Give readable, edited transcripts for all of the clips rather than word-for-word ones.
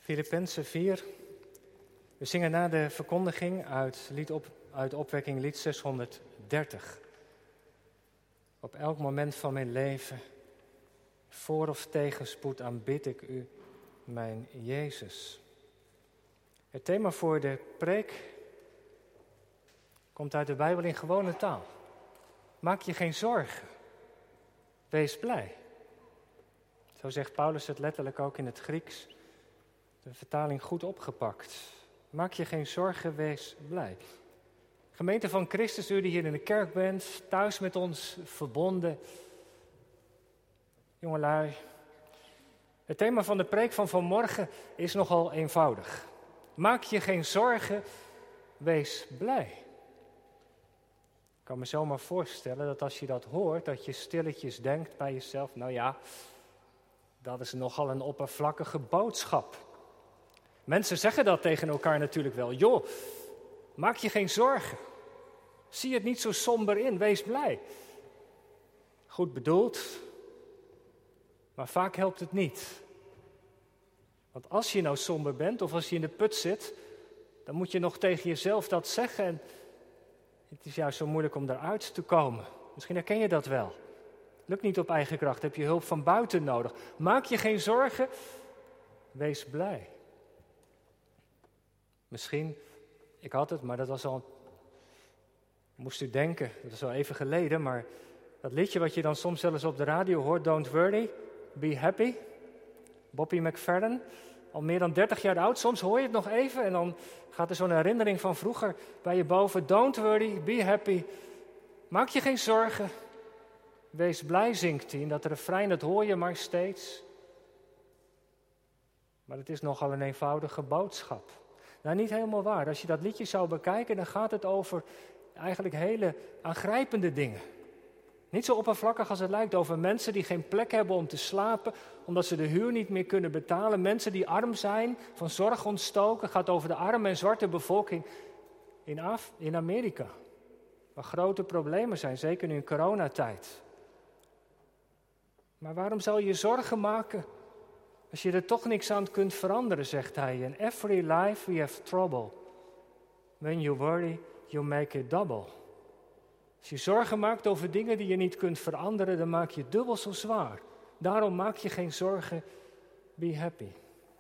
Filippenzen 4. We zingen na de verkondiging uit opwekking lied 630. Op elk moment van mijn leven, voor of tegenspoed, aanbid ik u, mijn Jezus. Het thema voor de preek komt uit de Bijbel in gewone taal. Maak je geen zorgen. Wees blij. Zo zegt Paulus het letterlijk ook in het Grieks. De vertaling goed opgepakt. Maak je geen zorgen, wees blij. Gemeente van Christus, u die hier in de kerk bent, thuis met ons verbonden. Jongelui, het thema van de preek van vanmorgen is nogal eenvoudig. Maak je geen zorgen, wees blij. Ik kan me zomaar voorstellen dat als je dat hoort, dat je stilletjes denkt bij jezelf, nou ja, dat is nogal een oppervlakkige boodschap. Mensen zeggen dat tegen elkaar natuurlijk wel. Joh, maak je geen zorgen. Zie het niet zo somber in, wees blij. Goed bedoeld, maar vaak helpt het niet. Want als je nou somber bent of als je in de put zit, dan moet je nog tegen jezelf dat zeggen. En het is juist zo moeilijk om daaruit te komen. Misschien herken je dat wel. Lukt niet op eigen kracht, heb je hulp van buiten nodig. Maak je geen zorgen, wees blij. Misschien, ik had het, maar dat was al, moest u denken, dat is al even geleden, maar dat liedje wat je dan soms zelfs op de radio hoort, Don't Worry, Be Happy, Bobby McFerrin, al meer dan 30 jaar oud, soms hoor je het nog even en dan gaat er zo'n herinnering van vroeger bij je boven, Don't worry, be happy, maak je geen zorgen, wees blij, zingt hij, en dat refrein, dat hoor je maar steeds. Maar het is nogal een eenvoudige boodschap. Nou, niet helemaal waar. Als je dat liedje zou bekijken, dan gaat het over eigenlijk hele aangrijpende dingen. Niet zo oppervlakkig als het lijkt, over mensen die geen plek hebben om te slapen, omdat ze de huur niet meer kunnen betalen. Mensen die arm zijn, van zorg ontstoken. Het gaat over de arme en zwarte bevolking in Amerika. Waar grote problemen zijn, zeker nu in coronatijd. Maar waarom zou je je zorgen maken als je er toch niks aan kunt veranderen, zegt hij. In every life we have trouble. When you worry, you make it double. Als je zorgen maakt over dingen die je niet kunt veranderen, dan maak je het dubbel zo zwaar. Daarom maak je geen zorgen, be happy.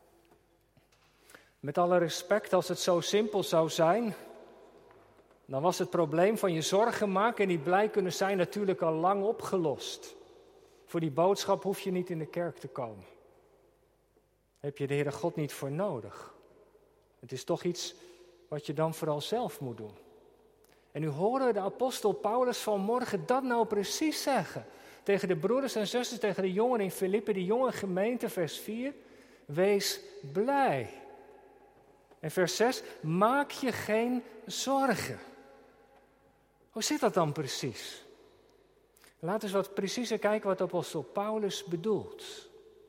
Met alle respect, als het zo simpel zou zijn, dan was het probleem van je zorgen maken en niet blij kunnen zijn natuurlijk al lang opgelost. Voor die boodschap hoef je niet in de kerk te komen. Heb je de Heere God niet voor nodig. Het is toch iets wat je dan vooral zelf moet doen. En nu horen de apostel Paulus vanmorgen dat nou precies zeggen. Tegen de broeders en zusters, tegen de jongen in Filippi, die jonge gemeente, vers 4. Wees blij. En vers 6, maak je geen zorgen. Hoe zit dat dan precies? Laten we eens wat preciezer kijken wat de apostel Paulus bedoelt.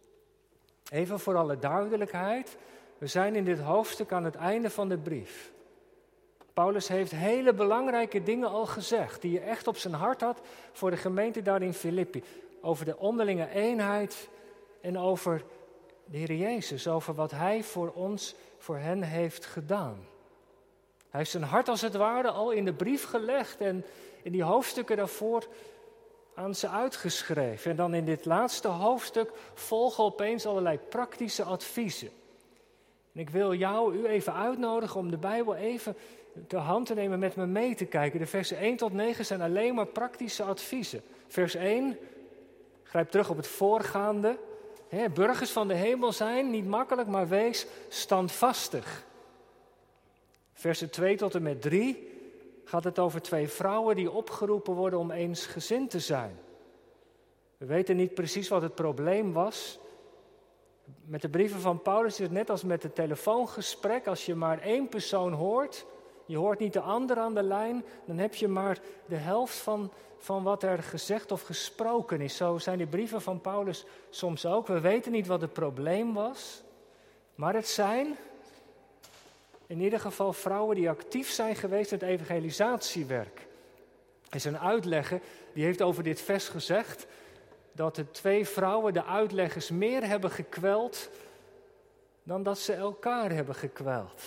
Even voor alle duidelijkheid, we zijn in dit hoofdstuk aan het einde van de brief. Paulus heeft hele belangrijke dingen al gezegd, die hij echt op zijn hart had voor de gemeente daar in Filippi. Over de onderlinge eenheid en over de Heer Jezus, over wat hij voor ons, voor hen heeft gedaan. Hij heeft zijn hart als het ware al in de brief gelegd en in die hoofdstukken daarvoor aan ze uitgeschreven. En dan in dit laatste hoofdstuk volgen opeens allerlei praktische adviezen. En ik wil u even uitnodigen om de Bijbel even ter hand te nemen, met me mee te kijken. De versen 1 tot 9 zijn alleen maar praktische adviezen. Vers 1, grijp terug op het voorgaande. Burgers van de hemel zijn, niet makkelijk, maar wees standvastig. Versen 2 tot en met 3 gaat het over 2 vrouwen die opgeroepen worden om eensgezind te zijn. We weten niet precies wat het probleem was. Met de brieven van Paulus is het net als met het telefoongesprek. Als je maar 1 persoon hoort, je hoort niet de ander aan de lijn, dan heb je maar de helft van wat er gezegd of gesproken is. Zo zijn die brieven van Paulus soms ook. We weten niet wat het probleem was, maar het zijn in ieder geval vrouwen die actief zijn geweest in het evangelisatiewerk. Er is een uitlegger die heeft over dit vers gezegd dat de 2 vrouwen, de uitleggers, meer hebben gekweld dan dat ze elkaar hebben gekweld.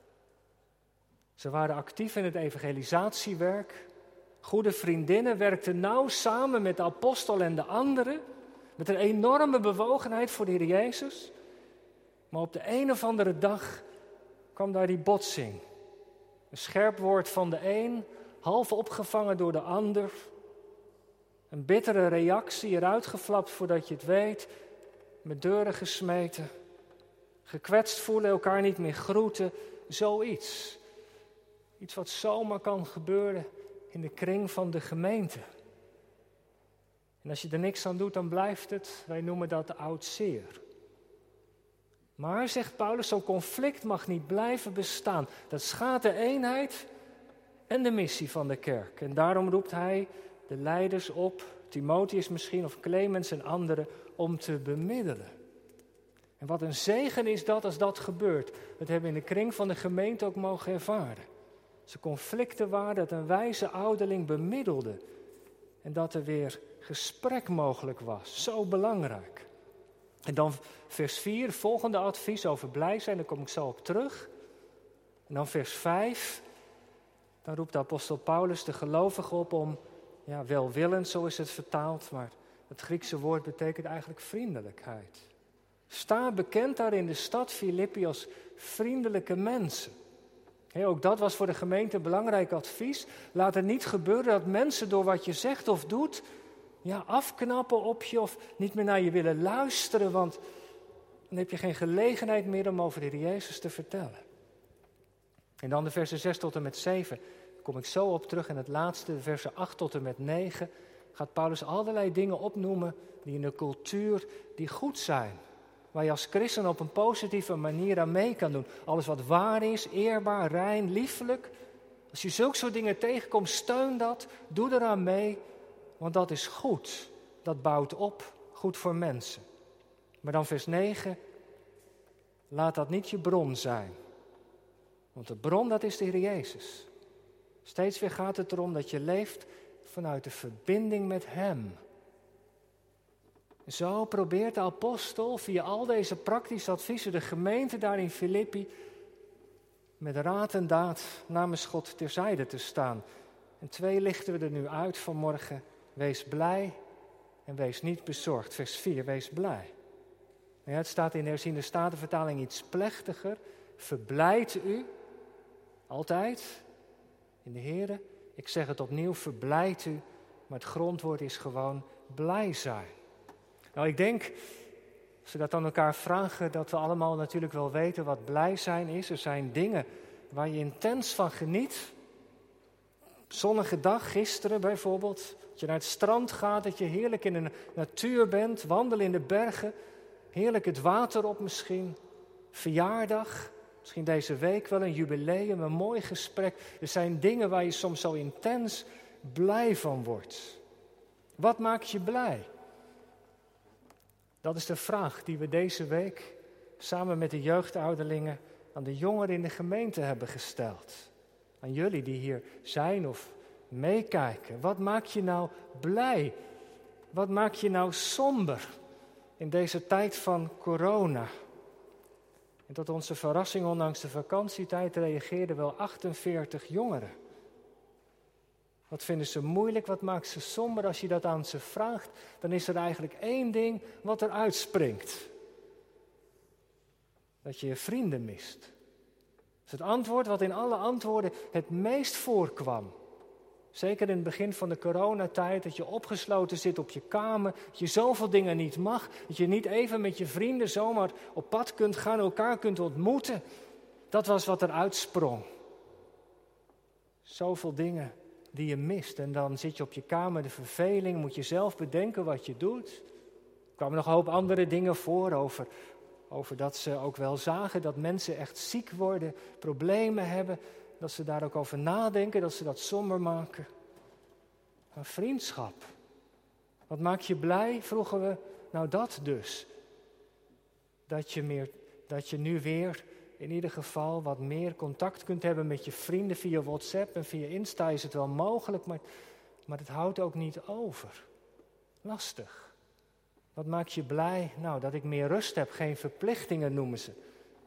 Ze waren actief in het evangelisatiewerk. Goede vriendinnen werkten nauw samen met de apostel en de anderen. Met een enorme bewogenheid voor de Heer Jezus. Maar op de een of andere dag kwam daar die botsing. Een scherp woord van de een, half opgevangen door de ander. Een bittere reactie eruit geflapt voordat je het weet. Met deuren gesmeten. Gekwetst voelen, elkaar niet meer groeten. Zoiets. Iets wat zomaar kan gebeuren in de kring van de gemeente. En als je er niks aan doet, dan blijft het, wij noemen dat oud zeer. Maar, zegt Paulus, zo'n conflict mag niet blijven bestaan. Dat schaadt de eenheid en de missie van de kerk. En daarom roept hij de leiders op, Timotheus misschien of Clemens en anderen, om te bemiddelen. En wat een zegen is dat als dat gebeurt. Dat hebben we in de kring van de gemeente ook mogen ervaren. Als er conflicten waren, dat een wijze ouderling bemiddelde. En dat er weer gesprek mogelijk was. Zo belangrijk. En dan vers 4, volgende advies over blij zijn, daar kom ik zo op terug. En dan vers 5, dan roept de apostel Paulus de gelovigen op om, welwillend, zo is het vertaald, maar het Griekse woord betekent eigenlijk vriendelijkheid. Sta bekend daar in de stad Filippi als vriendelijke mensen. Ook dat was voor de gemeente een belangrijk advies. Laat het niet gebeuren dat mensen door wat je zegt of doet afknappen op je of niet meer naar je willen luisteren, want dan heb je geen gelegenheid meer om over de Heer Jezus te vertellen. En dan de versen 6 tot en met 7, daar kom ik zo op terug. En het laatste, de versen 8 tot en met 9, gaat Paulus allerlei dingen opnoemen die in de cultuur die goed zijn. Waar je als christen op een positieve manier aan mee kan doen. Alles wat waar is, eerbaar, rein, liefelijk. Als je zulke soort dingen tegenkomt, steun dat, doe eraan mee. Want dat is goed, dat bouwt op, goed voor mensen. Maar dan vers 9, laat dat niet je bron zijn. Want de bron, dat is de Heer Jezus. Steeds weer gaat het erom dat je leeft vanuit de verbinding met Hem. Zo probeert de apostel via al deze praktische adviezen de gemeente daar in Filippi met raad en daad namens God terzijde te staan. En 2 lichten we er nu uit vanmorgen. Wees blij en wees niet bezorgd. Vers 4, wees blij. Het staat in de herziende statenvertaling iets plechtiger. Verblijd u, altijd, in de Here. Ik zeg het opnieuw, verblijd u, maar het grondwoord is gewoon blij zijn. Nou, ik denk, als we dat aan elkaar vragen, dat we allemaal natuurlijk wel weten wat blij zijn is. Er zijn dingen waar je intens van geniet. Zonnige dag, gisteren bijvoorbeeld. Dat je naar het strand gaat, dat je heerlijk in de natuur bent, wandelen in de bergen. Heerlijk het water op misschien. Verjaardag, misschien deze week wel een jubileum, een mooi gesprek. Er zijn dingen waar je soms zo intens blij van wordt. Wat maakt je blij? Dat is de vraag die we deze week samen met de jeugdouderlingen aan de jongeren in de gemeente hebben gesteld. Aan jullie die hier zijn of meekijken. Wat maakt je nou blij? Wat maakt je nou somber in deze tijd van corona? En tot onze verrassing, ondanks de vakantietijd, reageerden wel 48 jongeren. Wat vinden ze moeilijk, wat maakt ze somber? Als je dat aan ze vraagt, dan is er eigenlijk 1 ding wat er uitspringt. Dat je je vrienden mist. Dat is het antwoord wat in alle antwoorden het meest voorkwam. Zeker in het begin van de coronatijd, dat je opgesloten zit op je kamer, dat je zoveel dingen niet mag, dat je niet even met je vrienden zomaar op pad kunt gaan, elkaar kunt ontmoeten. Dat was wat er uitsprong. Zoveel dingen die je mist. En dan zit je op je kamer, de verveling, moet je zelf bedenken wat je doet. Er kwamen nog een hoop andere dingen voor over dat ze ook wel zagen dat mensen echt ziek worden, problemen hebben, dat ze daar ook over nadenken, dat ze dat somber maken. Maar vriendschap, wat maakt je blij, vroegen we. Nou, dat dus. Dat je nu weer in ieder geval wat meer contact kunt hebben met je vrienden via WhatsApp en via Insta is het wel mogelijk, maar het houdt ook niet over. Lastig. Wat maakt je blij? Nou, dat ik meer rust heb, geen verplichtingen noemen ze.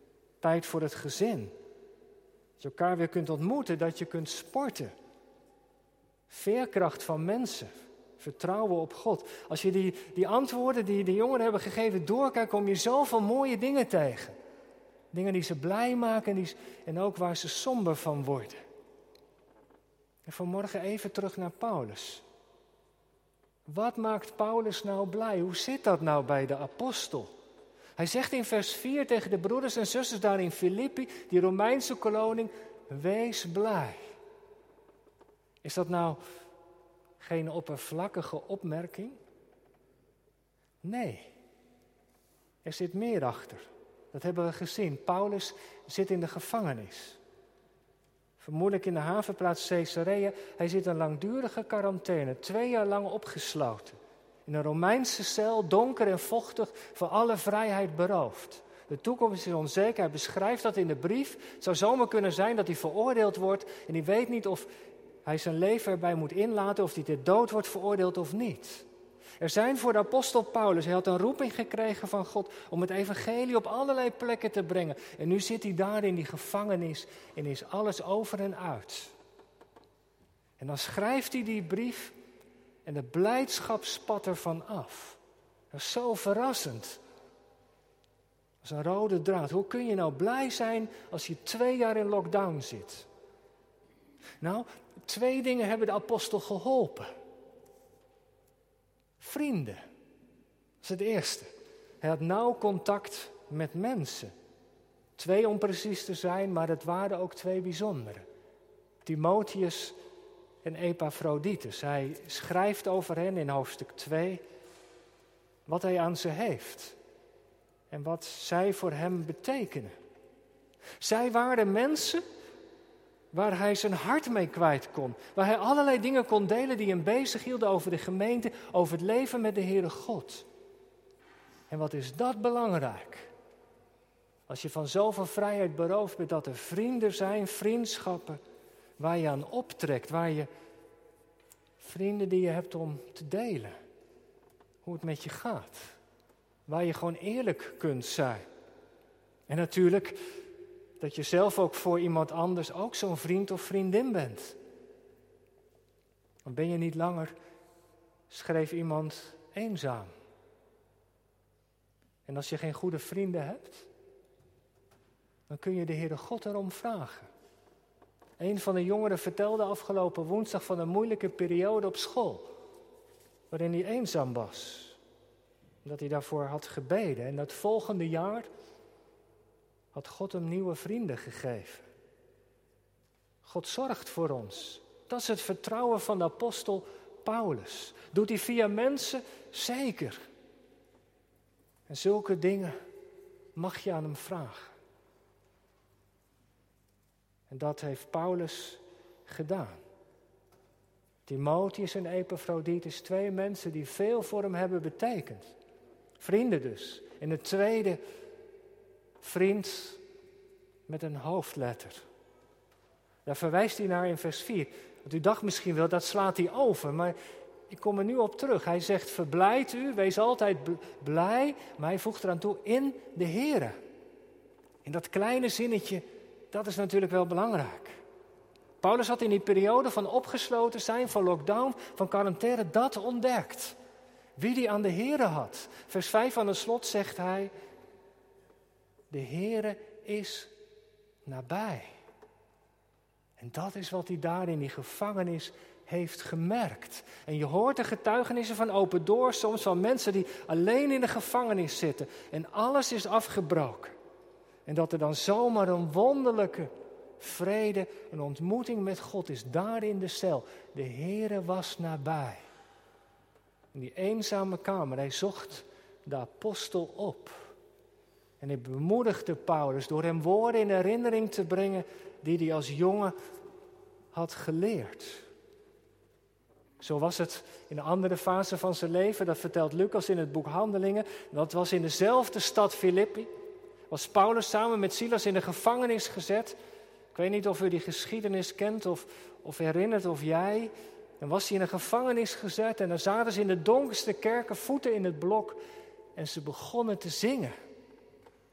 Tijd voor het gezin. Dat je elkaar weer kunt ontmoeten, dat je kunt sporten. Veerkracht van mensen. Vertrouwen op God. Als je die antwoorden die de jongeren hebben gegeven doorkijkt, kom je zoveel mooie dingen tegen. Dingen die ze blij maken en ook waar ze somber van worden. En vanmorgen even terug naar Paulus. Wat maakt Paulus nou blij? Hoe zit dat nou bij de apostel? Hij zegt in vers 4 tegen de broeders en zusters daar in Filippi, die Romeinse kolonie, wees blij. Is dat nou geen oppervlakkige opmerking? Nee, er zit meer achter. Dat hebben we gezien. Paulus zit in de gevangenis. Vermoedelijk in de havenplaats Caesarea. Hij zit in langdurige quarantaine, 2 jaar lang opgesloten. In een Romeinse cel, donker en vochtig, voor alle vrijheid beroofd. De toekomst is onzeker, hij beschrijft dat in de brief. Het zou zomaar kunnen zijn dat hij veroordeeld wordt en hij weet niet of hij zijn leven erbij moet inlaten, of hij ter dood wordt veroordeeld of niet. Er zijn voor de apostel Paulus, hij had een roeping gekregen van God om het evangelie op allerlei plekken te brengen. En nu zit hij daar in die gevangenis en is alles over en uit. En dan schrijft hij die brief en de blijdschap spat ervan af. Dat is zo verrassend. Dat is een rode draad. Hoe kun je nou blij zijn als je 2 jaar in lockdown zit? Nou, 2 dingen hebben de apostel geholpen. Vrienden. Dat is het eerste. Hij had nauw contact met mensen. 2 om precies te zijn, maar het waren ook 2 bijzondere. Timotheus en Epaphroditus. Hij schrijft over hen in hoofdstuk 2 wat hij aan ze heeft. En wat zij voor hem betekenen. Zij waren mensen waar hij zijn hart mee kwijt kon. Waar hij allerlei dingen kon delen die hem bezighielden over de gemeente, over het leven met de Heere God. En wat is dat belangrijk? Als je van zoveel vrijheid beroofd bent, dat er vrienden zijn, vriendschappen, waar je aan optrekt, vrienden die je hebt om te delen. Hoe het met je gaat. Waar je gewoon eerlijk kunt zijn. En natuurlijk dat je zelf ook voor iemand anders ook zo'n vriend of vriendin bent. Dan ben je niet langer, schreef iemand, eenzaam. En als je geen goede vrienden hebt, dan kun je de Heere God erom vragen. Een van de jongeren vertelde afgelopen woensdag van een moeilijke periode op school. Waarin hij eenzaam was. Dat hij daarvoor had gebeden. En dat volgende jaar had God hem nieuwe vrienden gegeven. God zorgt voor ons. Dat is het vertrouwen van de apostel Paulus. Doet hij via mensen? Zeker. En zulke dingen mag je aan hem vragen. En dat heeft Paulus gedaan. Timotheus en Epaphroditus, 2 mensen die veel voor hem hebben betekend. Vrienden dus. En de tweede, vriend met een hoofdletter. Daar verwijst hij naar in vers 4. Want u dacht misschien wel, dat slaat hij over. Maar ik kom er nu op terug. Hij zegt, verblijd u, wees altijd blij. Maar hij voegt eraan toe, in de Heere. In dat kleine zinnetje, dat is natuurlijk wel belangrijk. Paulus had in die periode van opgesloten zijn, van lockdown, van quarantaine, dat ontdekt. Wie die aan de Heere had. Vers 5 aan het slot zegt hij, de Heere is nabij. En dat is wat hij daar in die gevangenis heeft gemerkt. En je hoort de getuigenissen van Open Doors, soms van mensen die alleen in de gevangenis zitten. En alles is afgebroken. En dat er dan zomaar een wonderlijke vrede, een ontmoeting met God is daar in de cel. De Heere was nabij. In die eenzame kamer, hij zocht de apostel op. En hij bemoedigde Paulus door hem woorden in herinnering te brengen die hij als jongen had geleerd. Zo was het in een andere fase van zijn leven, dat vertelt Lucas in het boek Handelingen. Dat was in dezelfde stad Filippi. Was Paulus samen met Silas in de gevangenis gezet. Ik weet niet of u die geschiedenis kent of herinnert of jij. Dan was hij in een gevangenis gezet en dan zaten ze in de donkerste kerken, voeten in het blok. En ze begonnen te zingen.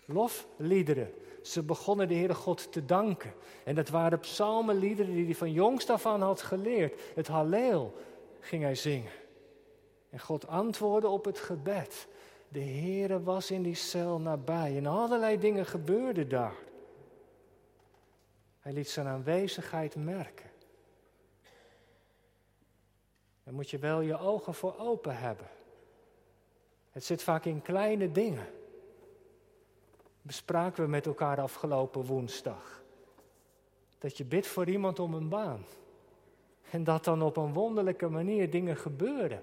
Lofliederen. Ze begonnen de Heere God te danken. En dat waren psalmenliederen die hij van jongs af aan had geleerd. Het Halleel ging hij zingen. En God antwoordde op het gebed. De Heere was in die cel nabij. En allerlei dingen gebeurden daar. Hij liet zijn aanwezigheid merken. Daar moet je wel je ogen voor open hebben. Het zit vaak in kleine dingen. Bespraken we met elkaar afgelopen woensdag. Dat je bidt voor iemand om een baan. En dat dan op een wonderlijke manier dingen gebeuren.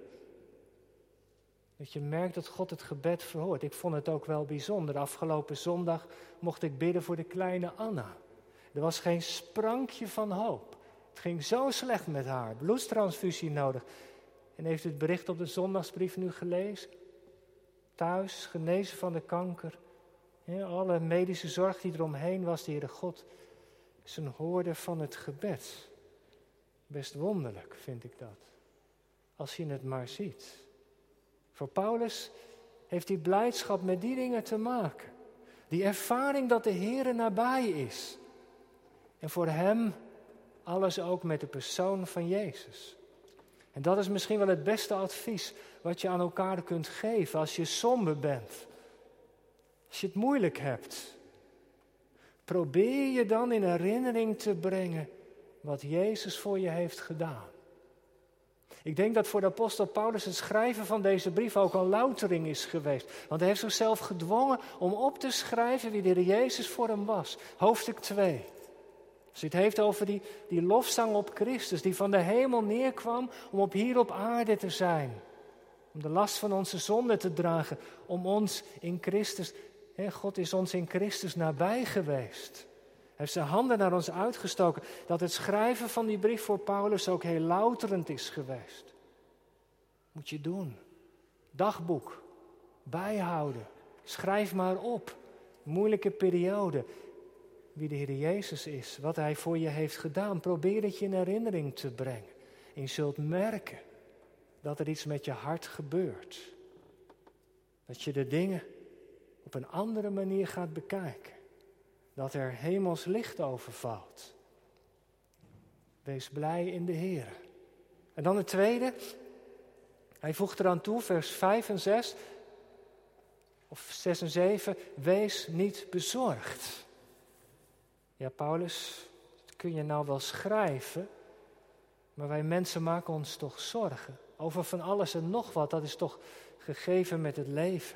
Dat je merkt dat God het gebed verhoort. Ik vond het ook wel bijzonder. Afgelopen zondag mocht ik bidden voor de kleine Anna. Er was geen sprankje van hoop. Het ging zo slecht met haar. Bloedtransfusie nodig. En heeft het bericht op de zondagsbrief nu gelezen? Thuis, genezen van de kanker. Ja, alle medische zorg die eromheen was, de Heere God is een hoorder van het gebed. Best wonderlijk vind ik dat. Als je het maar ziet. Voor Paulus heeft die blijdschap met die dingen te maken. Die ervaring dat de Heere nabij is. En voor hem alles ook met de persoon van Jezus. En dat is misschien wel het beste advies wat je aan elkaar kunt geven als je somber bent. Als je het moeilijk hebt. Probeer je dan in herinnering te brengen wat Jezus voor je heeft gedaan. Ik denk dat voor de apostel Paulus het schrijven van deze brief ook een loutering is geweest. Want hij heeft zichzelf gedwongen om op te schrijven wie de Heer Jezus voor hem was. Hoofdstuk 2. Als hij het heeft over die lofzang op Christus, die van de hemel neerkwam om op hier op aarde te zijn. Om de last van onze zonde te dragen, om ons in Christus, God is ons in Christus nabij geweest. Hij heeft zijn handen naar ons uitgestoken, dat het schrijven van die brief voor Paulus ook heel louterend is geweest. Moet je doen. Dagboek, bijhouden, schrijf maar op. Moeilijke periode. Wie de Heer Jezus is, wat Hij voor je heeft gedaan. Probeer het je in herinnering te brengen. En je zult merken dat er iets met je hart gebeurt. Dat je de dingen op een andere manier gaat bekijken. Dat er hemels licht overvalt. Wees blij in de Heer. En dan het tweede. Hij voegt eraan toe, vers 5 en 6. Of 6 en 7. Wees niet bezorgd. Ja, Paulus, dat kun je nou wel schrijven, maar wij mensen maken ons toch zorgen. Over van alles en nog wat, dat is toch gegeven met het leven.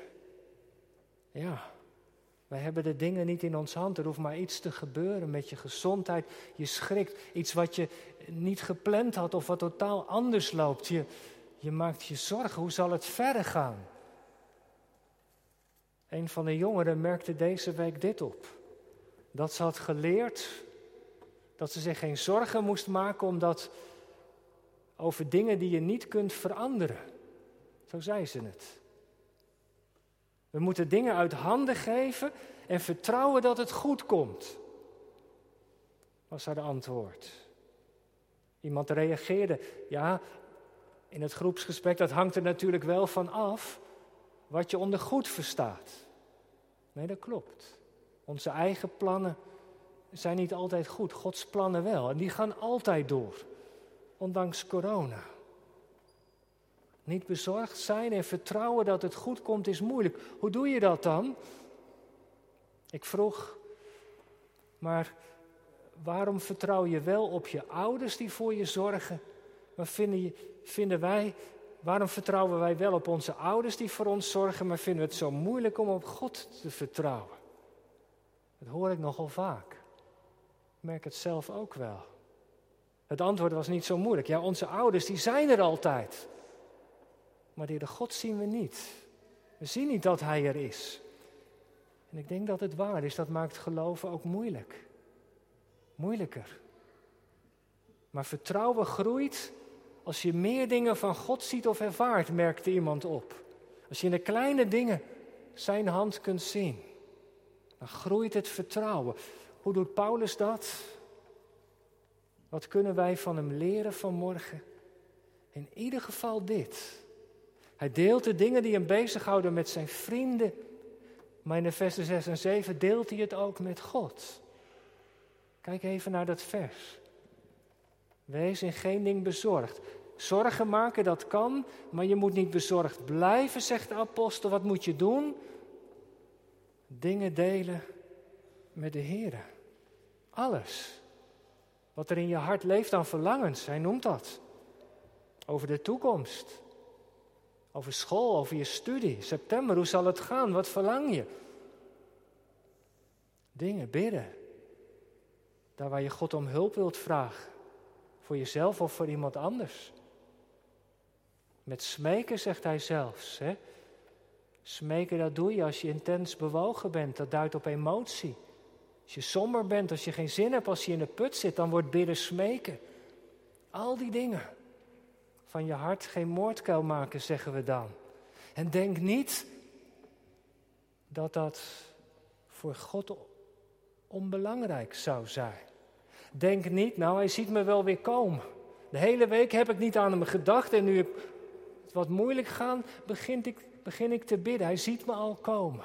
Ja, wij hebben de dingen niet in ons hand. Er hoeft maar iets te gebeuren met je gezondheid. Je schrikt, iets wat je niet gepland had of wat totaal anders loopt. Je maakt je zorgen, hoe zal het verder gaan? Een van de jongeren merkte deze week dit op. Dat ze had geleerd dat ze zich geen zorgen moest maken over dingen die je niet kunt veranderen. Zo zei ze het. We moeten dingen uit handen geven en vertrouwen dat het goed komt. Was haar antwoord. Iemand reageerde, ja, in het groepsgesprek, dat hangt er natuurlijk wel van af wat je onder goed verstaat. Nee, dat klopt. Onze eigen plannen zijn niet altijd goed, Gods plannen wel. En die gaan altijd door, ondanks corona. Niet bezorgd zijn en vertrouwen dat het goed komt is moeilijk. Hoe doe je dat dan? Ik vroeg, maar waarom vertrouw je wel op je ouders die voor je zorgen? Maar waarom vertrouwen wij wel op onze ouders die voor ons zorgen, maar vinden we het zo moeilijk om op God te vertrouwen? Dat hoor ik nogal vaak. Ik merk het zelf ook wel. Het antwoord was niet zo moeilijk. Ja, onze ouders die zijn er altijd. Maar de Heere God zien we niet. We zien niet dat Hij er is. En ik denk dat het waar is. Dat maakt geloven ook moeilijk. Moeilijker. Maar vertrouwen groeit als je meer dingen van God ziet of ervaart, merkte iemand op. Als je in de kleine dingen zijn hand kunt zien. Dan groeit het vertrouwen. Hoe doet Paulus dat? Wat kunnen wij van hem leren vanmorgen? In ieder geval dit. Hij deelt de dingen die hem bezighouden met zijn vrienden. Maar in de versen 6 en 7 deelt hij het ook met God. Kijk even naar dat vers. Wees in geen ding bezorgd. Zorgen maken, dat kan, maar je moet niet bezorgd blijven, zegt de apostel. Wat moet je doen? Dingen delen met de Heer. Alles. Wat er in je hart leeft aan verlangens, hij noemt dat. Over de toekomst. Over school, over je studie. September, hoe zal het gaan? Wat verlang je? Dingen bidden. Daar waar je God om hulp wilt vragen. Voor jezelf of voor iemand anders. Met smeken, zegt hij zelfs. Hè? Smeken, dat doe je als je intens bewogen bent. Dat duidt op emotie. Als je somber bent, als je geen zin hebt, als je in de put zit, dan wordt bidden smeken. Al die dingen. Van je hart geen moordkuil maken, zeggen we dan. En denk niet dat dat voor God onbelangrijk zou zijn. Denk niet, nou hij ziet me wel weer komen. De hele week heb ik niet aan hem gedacht en nu het wat moeilijk gaat, begin ik te bidden. Hij ziet me al komen.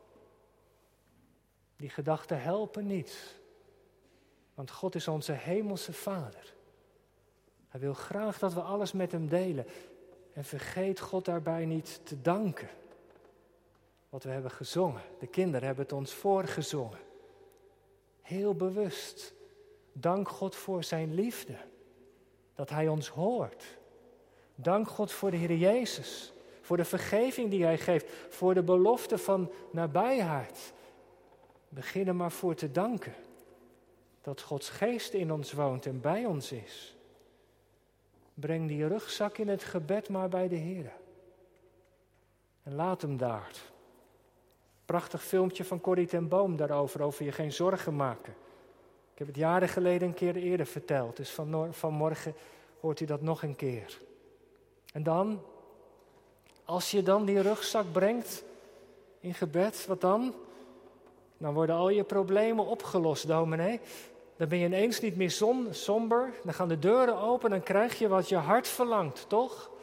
Die gedachten helpen niet. Want God is onze hemelse Vader. Hij wil graag dat we alles met hem delen. En vergeet God daarbij niet te danken. Wat we hebben gezongen. De kinderen hebben het ons voorgezongen. Heel bewust. Dank God voor zijn liefde. Dat hij ons hoort. Dank God voor de Heer Jezus. Voor de vergeving die hij geeft. Voor de belofte van nabijheid. Begin er maar voor te danken. Dat Gods geest in ons woont en bij ons is. Breng die rugzak in het gebed maar bij de Heer. En laat hem daar. Prachtig filmpje van Corrie ten Boom daarover, over je geen zorgen maken. Ik heb het jaren geleden een keer eerder verteld, dus vanmorgen hoort u dat nog een keer. En dan, als je dan die rugzak brengt in gebed, wat dan? Dan worden al je problemen opgelost, dominee. Dan ben je ineens niet meer somber. Dan gaan de deuren open. Dan krijg je wat je hart verlangt, toch?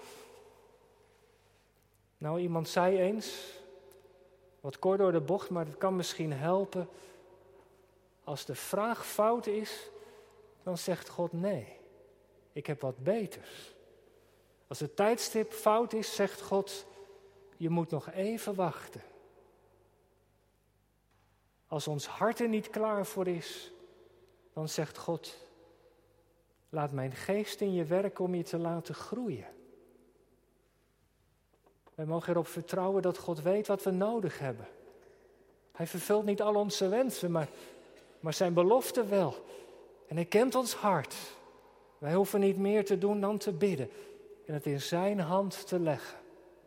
Nou, iemand zei eens, wat kort door de bocht, maar het kan misschien helpen. Als de vraag fout is, dan zegt God nee. Ik heb wat beters. Als het tijdstip fout is, zegt God, je moet nog even wachten. Als ons hart er niet klaar voor is, dan zegt God, laat mijn geest in je werken om je te laten groeien. Wij mogen erop vertrouwen dat God weet wat we nodig hebben. Hij vervult niet al onze wensen, maar zijn belofte wel. En hij kent ons hart. Wij hoeven niet meer te doen dan te bidden en het in zijn hand te leggen.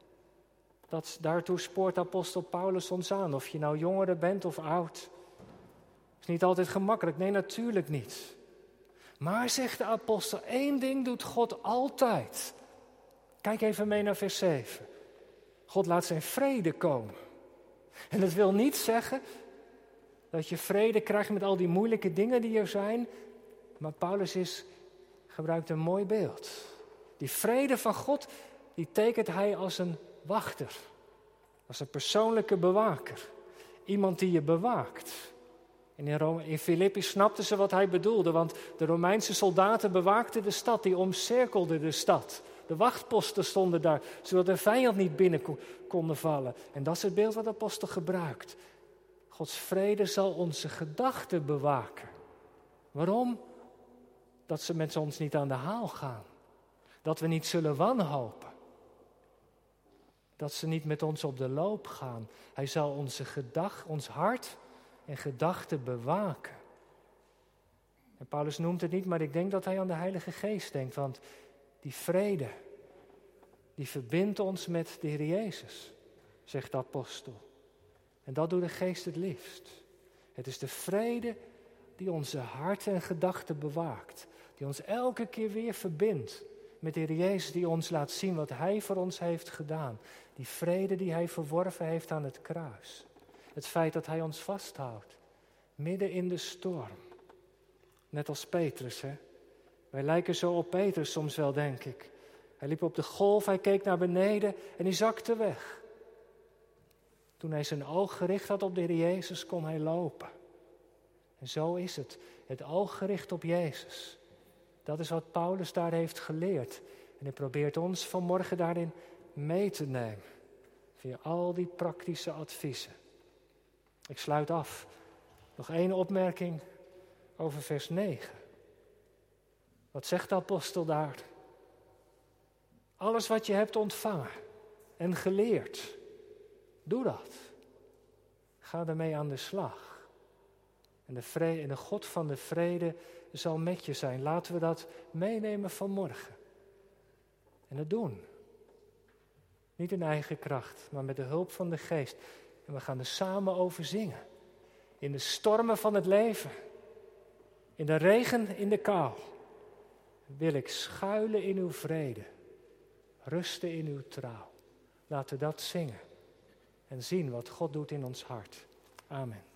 Daartoe spoort apostel Paulus ons aan, of je nou jongere bent of oud. Het is niet altijd gemakkelijk, nee, natuurlijk niet. Maar, zegt de apostel, één ding doet God altijd. Kijk even mee naar vers 7. God laat zijn vrede komen. En dat wil niet zeggen dat je vrede krijgt met al die moeilijke dingen die er zijn. Maar Paulus gebruikt een mooi beeld. Die vrede van God, die tekent hij als een wachter. Als een persoonlijke bewaker. Iemand die je bewaakt. En in Filippi snapten ze wat hij bedoelde. Want de Romeinse soldaten bewaakten de stad. Die omcirkelden de stad. De wachtposten stonden daar. Zodat de vijand niet binnen konden vallen. En dat is het beeld wat de apostel gebruikt. Gods vrede zal onze gedachten bewaken. Waarom? Dat ze met ons niet aan de haal gaan. Dat we niet zullen wanhopen. Dat ze niet met ons op de loop gaan. Hij zal ons hart en gedachten bewaken. En Paulus noemt het niet, maar ik denk dat hij aan de Heilige Geest denkt. Want die vrede, die verbindt ons met de Heer Jezus, zegt de apostel. En dat doet de Geest het liefst. Het is de vrede die onze harten en gedachten bewaakt. Die ons elke keer weer verbindt met de Heer Jezus, die ons laat zien wat Hij voor ons heeft gedaan. Die vrede die Hij verworven heeft aan het kruis. Het feit dat Hij ons vasthoudt, midden in de storm. Net als Petrus, hè. Wij lijken zo op Petrus soms wel, denk ik. Hij liep op de golf, hij keek naar beneden en hij zakte weg. Toen hij zijn oog gericht had op de Heer Jezus, kon hij lopen. En zo is het. Het oog gericht op Jezus. Dat is wat Paulus daar heeft geleerd. En hij probeert ons vanmorgen daarin mee te nemen. Via al die praktische adviezen. Ik sluit af. Nog 1 opmerking over vers 9. Wat zegt de apostel daar? Alles wat je hebt ontvangen en geleerd, doe dat. Ga ermee aan de slag. En de God van de vrede zal met je zijn. Laten we dat meenemen vanmorgen. En het doen. Niet in eigen kracht, maar met de hulp van de Geest. En we gaan er samen over zingen. In de stormen van het leven. In de regen, in de kou. Wil ik schuilen in uw vrede. Rusten in uw trouw. Laten we dat zingen. En zien wat God doet in ons hart. Amen.